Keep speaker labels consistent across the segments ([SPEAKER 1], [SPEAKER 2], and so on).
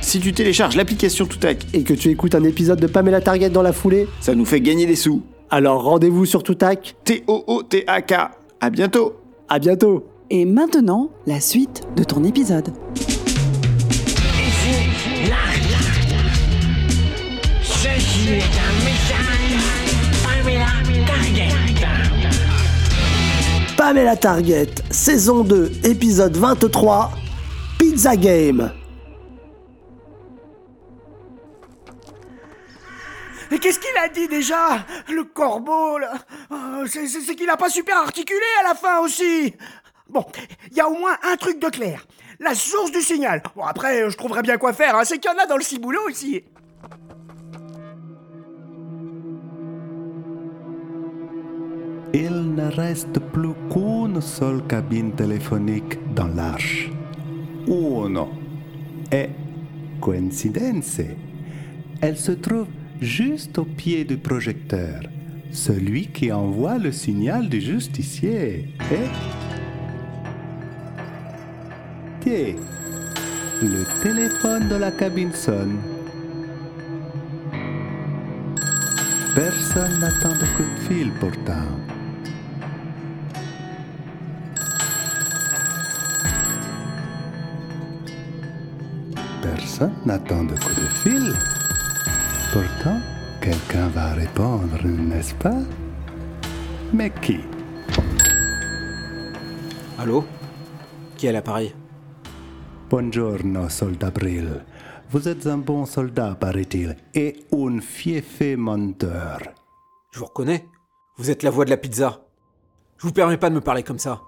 [SPEAKER 1] Si tu télécharges l'application Toutac
[SPEAKER 2] et que tu écoutes un épisode de Pamela Target dans la foulée,
[SPEAKER 1] ça nous fait gagner des sous.
[SPEAKER 2] Alors rendez-vous sur Toutac.
[SPEAKER 1] Tootak. À bientôt.
[SPEAKER 2] À bientôt.
[SPEAKER 3] Et maintenant, la suite de ton épisode.
[SPEAKER 4] Ici, là. Ceci est un message. Pamela Target.
[SPEAKER 2] Pamela Target, saison 2, épisode 23, Pizza Game.
[SPEAKER 5] Et qu'est-ce qu'il a dit déjà, le corbeau, là? C'est qu'il a pas super articulé à la fin aussi. Bon, il y a au moins un truc de clair. La source du signal. Bon, après, je trouverai bien quoi faire, hein. C'est qu'il y en a dans le ciboulot ici.
[SPEAKER 6] Il ne reste plus qu'une seule cabine téléphonique dans l'arche. Uno. Et, coïncidence, elle se trouve juste au pied du projecteur, celui qui envoie le signal du justicier. Et... tiens, le téléphone de la cabine sonne. Personne n'attend de coup de fil pourtant. Personne n'attend de coup de fil. Pourtant, quelqu'un va répondre, n'est-ce pas? Mais qui?
[SPEAKER 7] Allô? Qui est à l'appareil?
[SPEAKER 6] Buongiorno, soldat Brill. Vous êtes un bon soldat, paraît-il, et un fiefé menteur.
[SPEAKER 7] Je vous reconnais. Vous êtes la voix de la pizza. Je vous permets pas de me parler comme ça.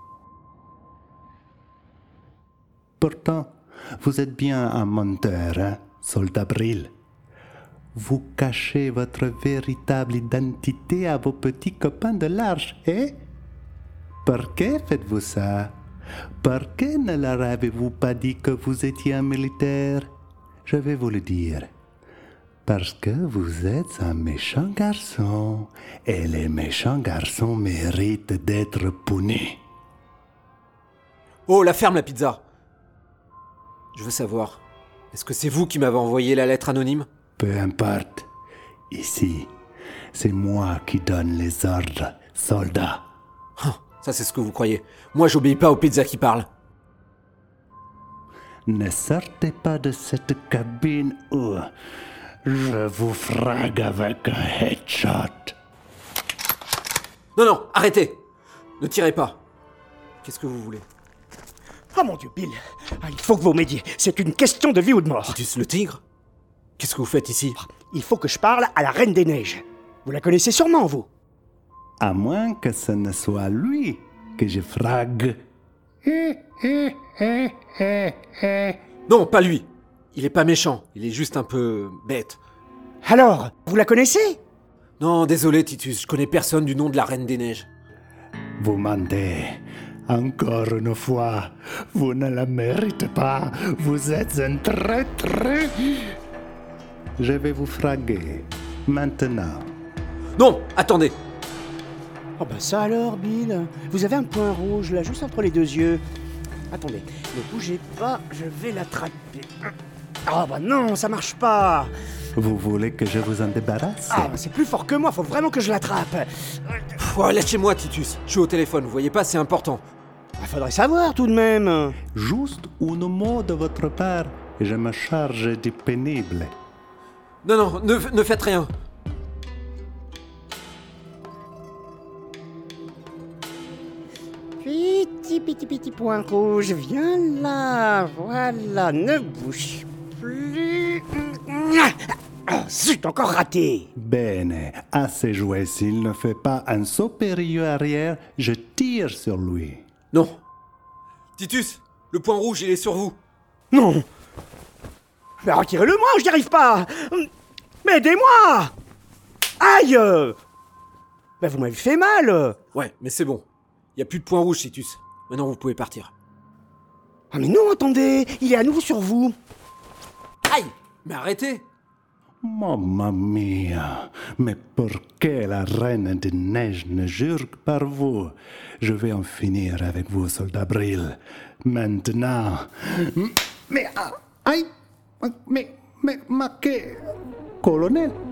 [SPEAKER 6] Pourtant, vous êtes bien un menteur, hein, soldat Brill. Vous cachez votre véritable identité à vos petits copains de l'arche, eh? Pourquoi faites-vous ça? Pourquoi ne leur avez-vous pas dit que vous étiez un militaire? Je vais vous le dire. Parce que vous êtes un méchant garçon, et les méchants garçons méritent d'être punis.
[SPEAKER 7] Oh, la ferme, la pizza! Je veux savoir, est-ce que c'est vous qui m'avez envoyé la lettre anonyme?
[SPEAKER 6] Peu importe. Ici, c'est moi qui donne les ordres, soldat.
[SPEAKER 7] Ça, c'est ce que vous croyez. Moi, j'obéis pas aux pizzas qui parlent.
[SPEAKER 6] Ne sortez pas de cette cabine ou je vous frague avec un headshot.
[SPEAKER 7] Non, arrêtez! Ne tirez pas. Qu'est-ce que vous voulez?
[SPEAKER 5] Oh mon Dieu, Bill. Il faut que vous m'aidiez. C'est une question de vie ou de mort.
[SPEAKER 7] Titus le tigre? Qu'est-ce que vous faites ici?
[SPEAKER 5] Il faut que je parle à la Reine des Neiges. Vous la connaissez sûrement, vous.
[SPEAKER 6] À moins que ce ne soit lui que je frague.
[SPEAKER 7] Non, pas lui. Il est pas méchant. Il est juste un peu bête.
[SPEAKER 5] Alors, vous la connaissez?
[SPEAKER 7] Non, désolé, Titus. Je connais personne du nom de la Reine des Neiges.
[SPEAKER 6] Vous mentez. Encore une fois, vous ne la méritez pas. Vous êtes un traître. Je vais vous fraguer. Maintenant.
[SPEAKER 7] Non, attendez.
[SPEAKER 5] Oh bah ça alors, Bill. Vous avez un point rouge là, juste entre les deux yeux. Attendez, ne bougez pas, je vais l'attraper. Ah bah non, ça marche pas.
[SPEAKER 6] Vous voulez que je vous en débarrasse?
[SPEAKER 5] Ah bah c'est plus fort que moi, faut vraiment que je l'attrape.
[SPEAKER 7] Lâchez-moi, Titus. Je suis au téléphone, vous voyez pas, c'est important.
[SPEAKER 5] Bah, faudrait savoir tout de même.
[SPEAKER 6] Juste un mot de votre part et je me charge du pénible.
[SPEAKER 7] Non, ne faites rien.
[SPEAKER 5] Petit point rouge, viens là, voilà, ne bouge plus. Ah, zut, encore raté.
[SPEAKER 6] Bene, assez joué. S'il ne fait pas un saut périlleux arrière, je tire sur lui.
[SPEAKER 7] Non. Titus, le point rouge, il est sur vous.
[SPEAKER 5] Non. Mais retirez-le-moi, je n'y arrive pas. Mais aidez-moi. Aïe. Ben vous m'avez fait mal.
[SPEAKER 7] Ouais, mais c'est bon. Il y a plus de point rouge, Titus. Maintenant, vous pouvez partir.
[SPEAKER 5] Ah mais non, attendez, il est à nouveau sur vous.
[SPEAKER 7] Aïe! Mais arrêtez!
[SPEAKER 6] Mamma mia! Mais pourquoi la Reine des Neiges ne jure que par vous? Je vais en finir avec vous, soldat Brill. Maintenant. Mais aïe! Mais, marqué, colonel.